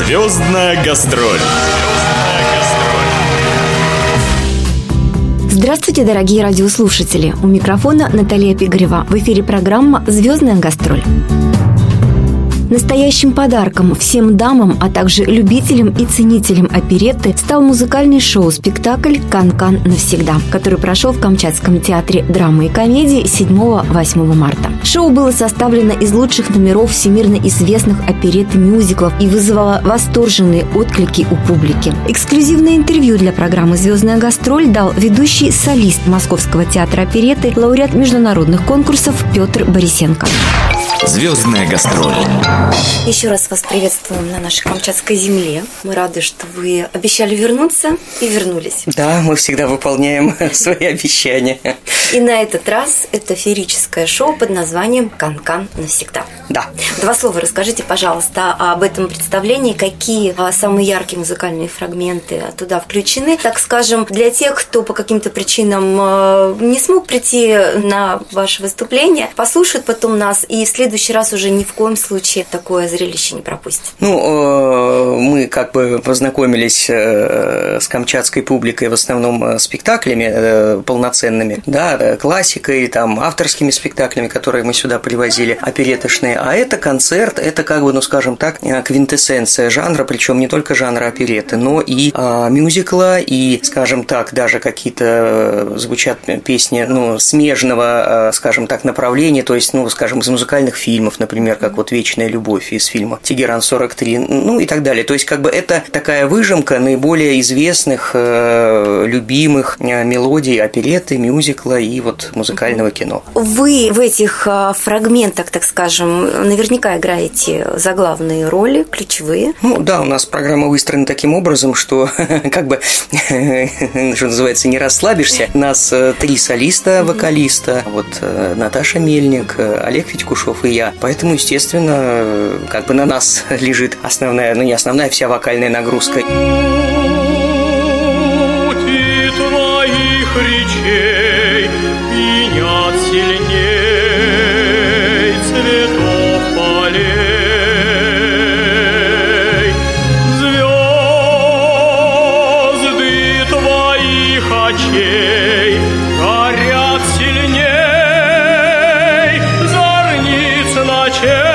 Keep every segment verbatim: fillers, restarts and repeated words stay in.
Звездная гастроль. Здравствуйте, дорогие радиослушатели! У микрофона Наталья Пигарева. В эфире программа «Звездная гастроль». Настоящим подарком всем дамам, а также любителям и ценителям оперетты стал музыкальный шоу-спектакль «Кан-Кан навсегда», который прошел в Камчатском театре драмы и комедии седьмого-восьмого марта. Шоу было составлено из лучших номеров всемирно известных оперетт и мюзиклов и вызвало восторженные отклики у публики. Эксклюзивное интервью для программы «Звездная гастроль» дал ведущий солист Московского театра оперетты, лауреат международных конкурсов Петр Борисенко. Звездная гастроль. Еще раз вас приветствуем на нашей Камчатской земле. Мы рады, что вы обещали вернуться и вернулись. Да, мы всегда выполняем свои обещания. И на этот раз это феерическое шоу под названием «Кан-Кан навсегда». Да. Два слова расскажите, пожалуйста, об этом представлении. Какие самые яркие музыкальные фрагменты туда включены? Так скажем, для тех, кто по каким-то причинам не смог прийти на ваше выступление, послушают потом нас и в следующий раз уже ни в коем случае такое зрелище не пропустят. Ну, мы как бы познакомились с камчатской публикой в основном спектаклями полноценными, да, классикой, там, авторскими спектаклями, которые мы сюда привозили, опереточные. А это концерт, это как бы, ну, скажем так, квинтэссенция жанра, причем не только жанра оперетты, но и а, мюзикла, и, скажем так, даже какие-то звучат песни, ну, смежного, скажем так, направления, то есть, ну, скажем, из музыкальных фильмов, например, как вот «Вечная любовь» из фильма «Тегеран сорок три», ну и так далее. То есть, как бы это такая выжимка наиболее известных, любимых мелодий оперетты, мюзикла и вот музыкального кино. Вы в этих фрагментах, так скажем, наверняка играете заглавные роли, ключевые. Ну да, у нас программа выстроена таким образом, что как бы, что называется, не расслабишься. У нас три солиста, вокалиста, вот Наташа Мельник, Олег Федькушев и я. Поэтому, естественно, как бы на нас лежит основная, ну не основная, вся вокальная нагрузка. Речей пьянят сильней цветов полей. Звезды твоих очей горят сильней зорниц ночей.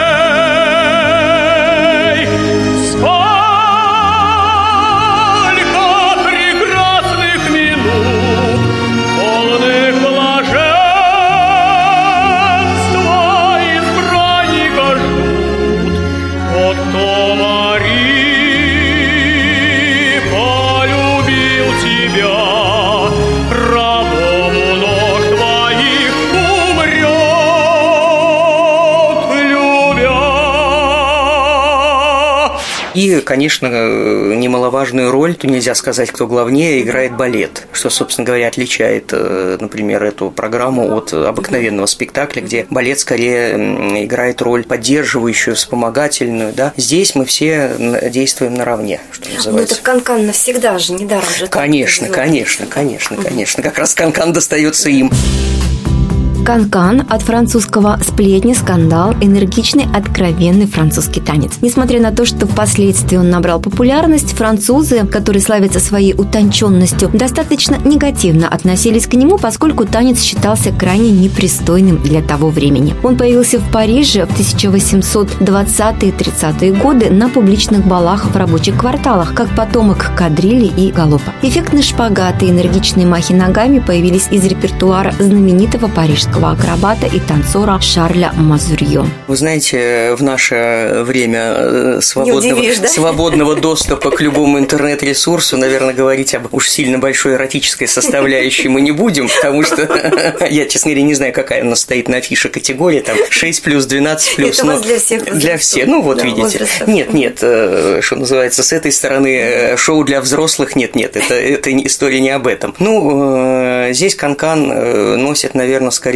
И, конечно, немаловажную роль, тут нельзя сказать, кто главнее, играет балет, что, собственно говоря, отличает, например, эту программу от обыкновенного спектакля, где балет скорее играет роль поддерживающую, вспомогательную, да. Здесь мы все действуем наравне, что называется. Ну, это «Кан-Кан навсегда» же, недаром же. Конечно, конечно, конечно, конечно. Как раз «Кан-Кан» достается им. Кан-Кан от французского «сплетни», «скандал», энергичный, откровенный французский танец. Несмотря на то, что впоследствии он набрал популярность, французы, которые славятся своей утонченностью, достаточно негативно относились к нему, поскольку танец считался крайне непристойным для того времени. Он появился в Париже в тысяча восемьсот двадцатые-тридцатые годы на публичных балах в рабочих кварталах, как потомок кадрили и галопа. Эффектные шпагаты и энергичные махи ногами появились из репертуара знаменитого парижского акробата и танцора Шарля Мазурье. Вы знаете, в наше время свободного, удивишь, да? свободного доступа к любому интернет-ресурсу, наверное, говорить об уж сильно большой эротической составляющей мы не будем, потому что я, честно говоря, не знаю, какая у нас стоит на афише категория, там шесть плюс, двенадцать плюс. Это у вас для всех. Для всех, ну вот да, видите. Возрастов. Нет, нет, что называется, с этой стороны шоу для взрослых, нет, нет, это, это история не об этом. Ну, здесь Кан-Кан носит, наверное, скорее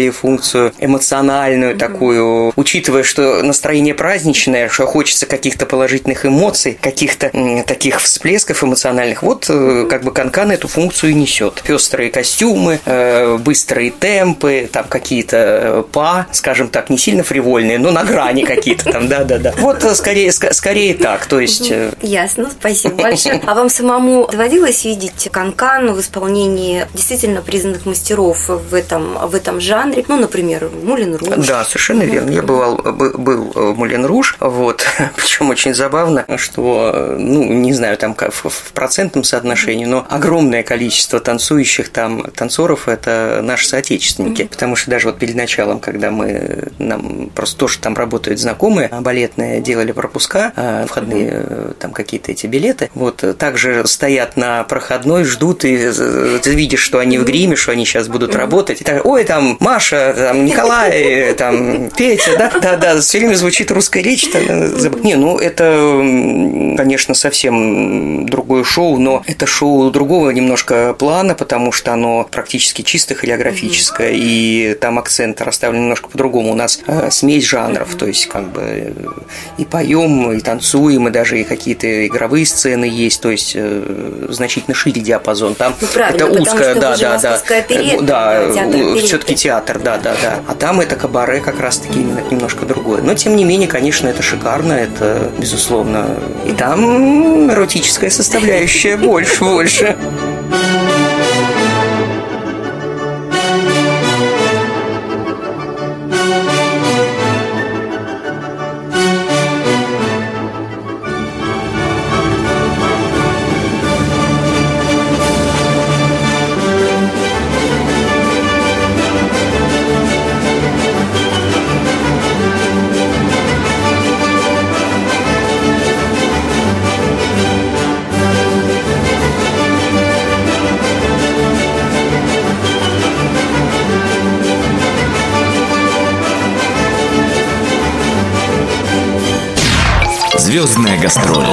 скорее функцию эмоциональную такую, учитывая, что настроение праздничное, что хочется каких-то положительных эмоций, каких-то м, таких всплесков эмоциональных. Вот э, как бы канкан эту функцию и несет. Пестрые костюмы, э, быстрые темпы, там какие-то па, скажем так, не сильно фривольные, но на грани какие-то там, да-да-да. Вот скорее, скорее так, то есть... Ясно, спасибо большое. А вам самому доводилось видеть канкан в исполнении действительно признанных мастеров в этом, в этом жанре? Ну, например, Мулен Руж. Да, совершенно верно. Я бывал, был в Мулен Руж, вот, причем очень забавно, что, ну, не знаю, там в, в процентном соотношении, но огромное количество танцующих там танцоров – это наши соотечественники, mm-hmm. потому что даже вот перед началом, когда мы, нам просто тоже там работают знакомые, балетные, делали пропуска, входные mm-hmm. там какие-то эти билеты, вот, также стоят на проходной, ждут, и ты видишь, что они в гриме, что они сейчас будут mm-hmm. работать, и так, ой, там Маша, там Николай, там Петя, да-да-да, все время звучит русская речь. Не, ну это, конечно, совсем другое шоу, но это шоу другого немножко плана, потому что оно практически чисто хореографическое, mm-hmm. и там акцент расставлен немножко по-другому. У нас э, смесь жанров, mm-hmm. то есть как бы и поем, и танцуем, и даже и какие-то игровые сцены есть, то есть э, значительно шире диапазон. Там ну, это узкое, да, да, да, перед, да, да все-таки театр, да, да, да. А там это кабаре как раз-таки именно немножко другое. Но тем не менее, конечно, это шикарно, это безусловно. И там эротическая составляющая больше, больше. Звездная гастроль.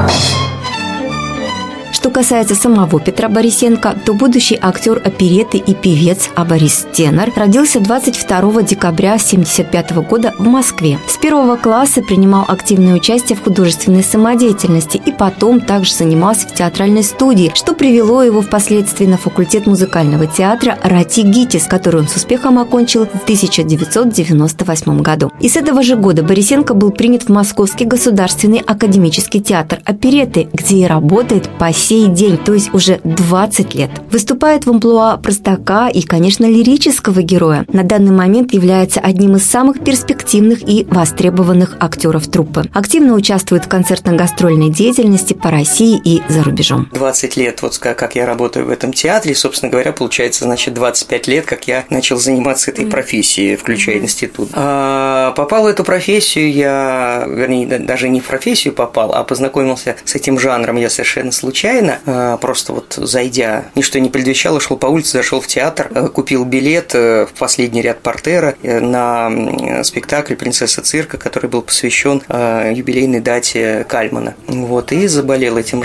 Что касается самого Петра Борисенко, то будущий актер оперетты и певец, а Борис Тенор, родился двадцать второго декабря тысяча девятьсот семьдесят пятого года в Москве. С первого класса принимал активное участие в художественной самодеятельности и потом также занимался в театральной студии, что привело его впоследствии на факультет музыкального театра «Рати ГИТИС», который он с успехом окончил в тысяча девятьсот девяносто восьмом году. И с этого же года Борисенко был принят в Московский государственный академический театр оперетты, где и работает по сей день, то есть уже двадцать лет. Выступает в амплуа простака и, конечно, лирического героя. На данный момент является одним из самых перспективных и востребованных актеров труппы. Активно участвует в концертно-гастрольной деятельности по России и за рубежом. двадцать лет, вот как я работаю в этом театре, собственно говоря, получается, значит, двадцать пять лет, как я начал заниматься этой профессией, включая mm-hmm. институт. А, попал в эту профессию я, вернее, даже не в профессию попал, а познакомился с этим жанром я совершенно случайно. Просто вот зайдя, ничто не предвещало, шел по улице, зашел в театр, купил билет в последний ряд портера на спектакль «Принцесса цирка», который был посвящен юбилейной дате Кальмана. Вот, и заболел этим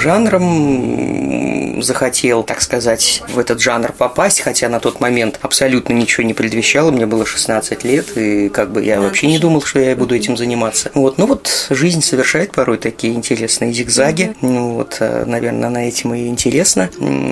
жанром, захотел, так сказать, в этот жанр попасть, хотя на тот момент абсолютно ничего не предвещало, мне было шестнадцать лет, и как бы я вообще не думал, что я буду этим заниматься. Вот, ну вот жизнь совершает порой такие интересные зигзаги, вот, наверное, на этим и интересно.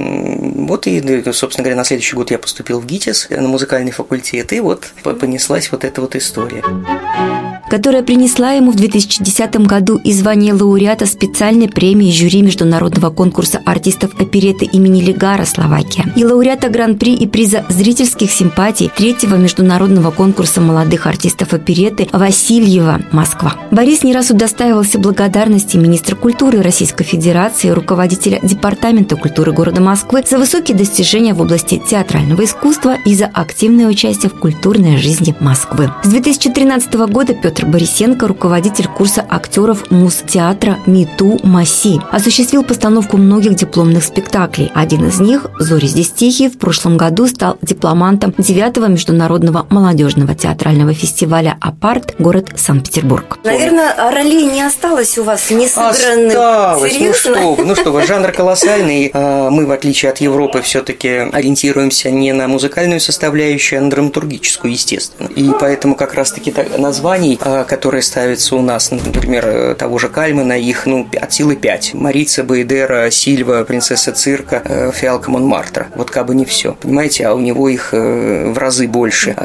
Вот и, собственно говоря, на следующий год я поступил в ГИТИС на музыкальный факультет, и вот понеслась вот эта вот история. Которая принесла ему в две тысячи десятом году и звание лауреата специальной премии жюри международного конкурса артистов оперетты имени Лигара, Словакия, и лауреата гран-при и приза зрительских симпатий третьего международного конкурса молодых артистов оперетты Васильева, Москва. Борис не раз удостаивался благодарности министра культуры Российской Федерации, руководителя Департамента культуры города Москвы за высокие достижения в области театрального искусства и за активное участие в культурной жизни Москвы. С две тысячи тринадцатого года Петр Петр Борисенко, руководитель курса актеров Муз-театра МИТУ МАСИ. Осуществил постановку многих дипломных спектаклей. Один из них «Зори здесь тихие» в прошлом году стал дипломантом девятого международного молодежного театрального фестиваля «Апарт», город Санкт-Петербург. Наверное, ролей не осталось у вас не сыгранных. Осталось. Ну что, ну что вы, жанр колоссальный. Мы, в отличие от Европы, все-таки ориентируемся не на музыкальную составляющую, а на драматургическую, естественно. И поэтому как раз-таки названий, которые ставятся у нас, например, того же Кальмана, их ну, от силы пять. Марица, Баэдера, Сильва, принцесса цирка, Фиалка Монмартра. Вот как бы не все. Понимаете, а у него их в разы больше.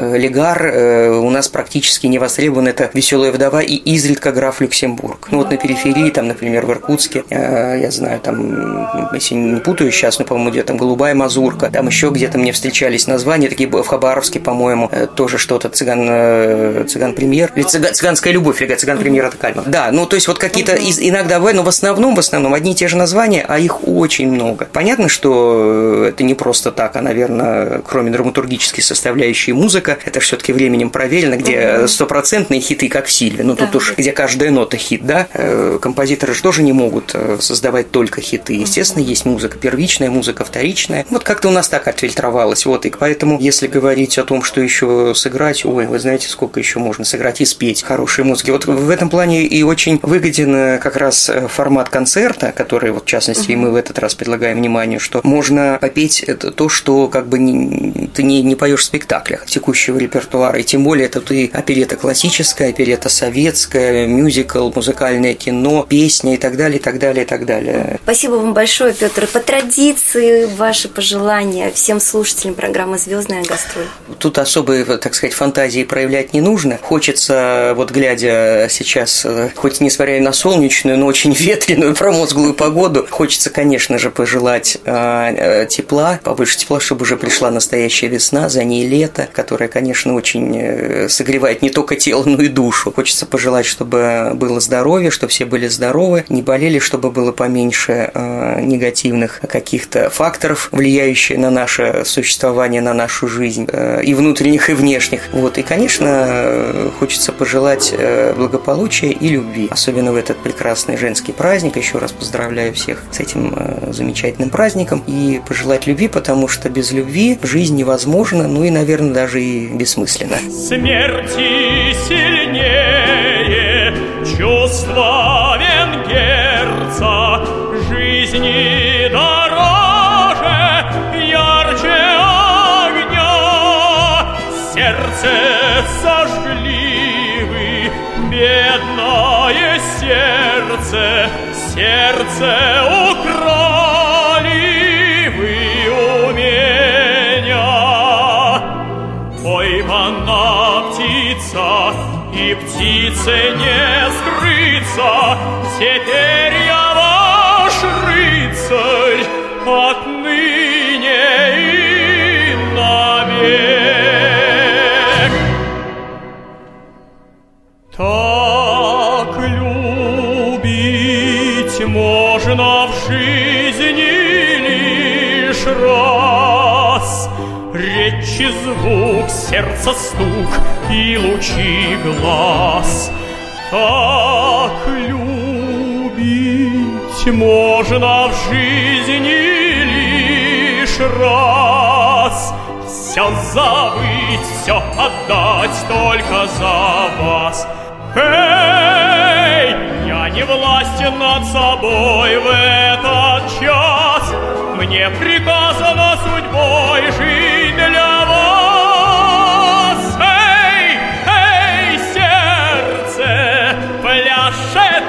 Легар у нас практически не востребован. Это «Веселая вдова» и изредка «Граф Люксембург». Ну вот на периферии, там, например, в Иркутске, я знаю, там, если не путаю сейчас, но, по-моему, где-то там «Голубая мазурка», там еще где-то мне встречались названия, такие в Хабаровске, по-моему, тоже что-то «Цыган, цыган-премьер», или цыган, «Цыганская любовь», или «Цыган-премьер» это Кальман. Да, ну то есть вот какие-то из, иногда, но в основном, в основном одни и те же названия, а их очень много. Понятно, что это не просто так, а, наверное, кроме драматургической составляющей музыка, это все-таки временем проверено, где стопроцентные хиты, как в Сильве, ну тут да. уж, где каждая нота хит, да, композиторы же тоже не могут создавать только хиты. Естественно, есть музыка первичная, музыка вторичная. Вот как-то у нас так отфильтровалось. Вот, и поэтому, если говорить о том, что еще сыграть, ой, вы знаете, сколько еще можно сыграть и спеть хорошей музыки. Вот в этом плане и очень выгоден как раз формат концерта, который, вот, в частности, uh-huh. мы в этот раз предлагаем вниманию, что можно попеть это то, что как бы не, ты не, не поешь в спектаклях текущего репертуара. И тем более это ты оперета классическая, оперета советская, мюзикл, музыкальное кино, песня и так далее, и так далее, и так далее. Спасибо вам большое, Петр. По традиции, ваши пожелания всем слушателям программы «Звездная гастроль». Тут особой, так сказать, фантазии проявлять не нужно. Хочется, вот глядя сейчас, хоть несмотря на солнечную, но очень ветреную, промозглую погоду, хочется, конечно же, пожелать э, тепла, побольше тепла, чтобы уже пришла настоящая весна, за ней лето, которое, конечно, очень согревает не только тело, но и душу. Хочется пожелать, чтобы было здоровье, чтобы все были здоровы, не болели, чтобы было поменьше э, негативных каких-то факторов, влияющих на наше существование, на нашу жизнь, э, и внутренних, и внешних. Вот. И, конечно, хочется пожелать благополучия и любви, особенно в этот прекрасный женский праздник. Еще раз поздравляю всех с этим замечательным праздником и пожелать любви, потому что без любви жизнь невозможна, ну и, наверное, даже и бессмысленна. Смерти сильнее чувства венгерца, жизни дороже, ярче огня, сердце сожгли вы, бедное сердце, сердце украли вы у меня. Поймана птица, и птице не скрыться, теперь я ваш рыцарь, отныне и навек. Так любить можно в жизни лишь раз. Речи звук, сердца стук и лучи глаз. Так любить можно в жизни лишь раз. Все забыть, все отдать только за вас. Эй, я не властен над собой в этот час. Мне приказано судьбой жить для вас. Эй, эй, сердце, пляшет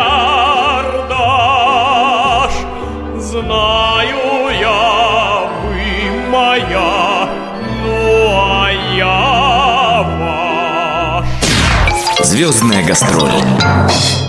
чардаш. Знаю я, вы моя, ну а я ваш. Звездная гастроль.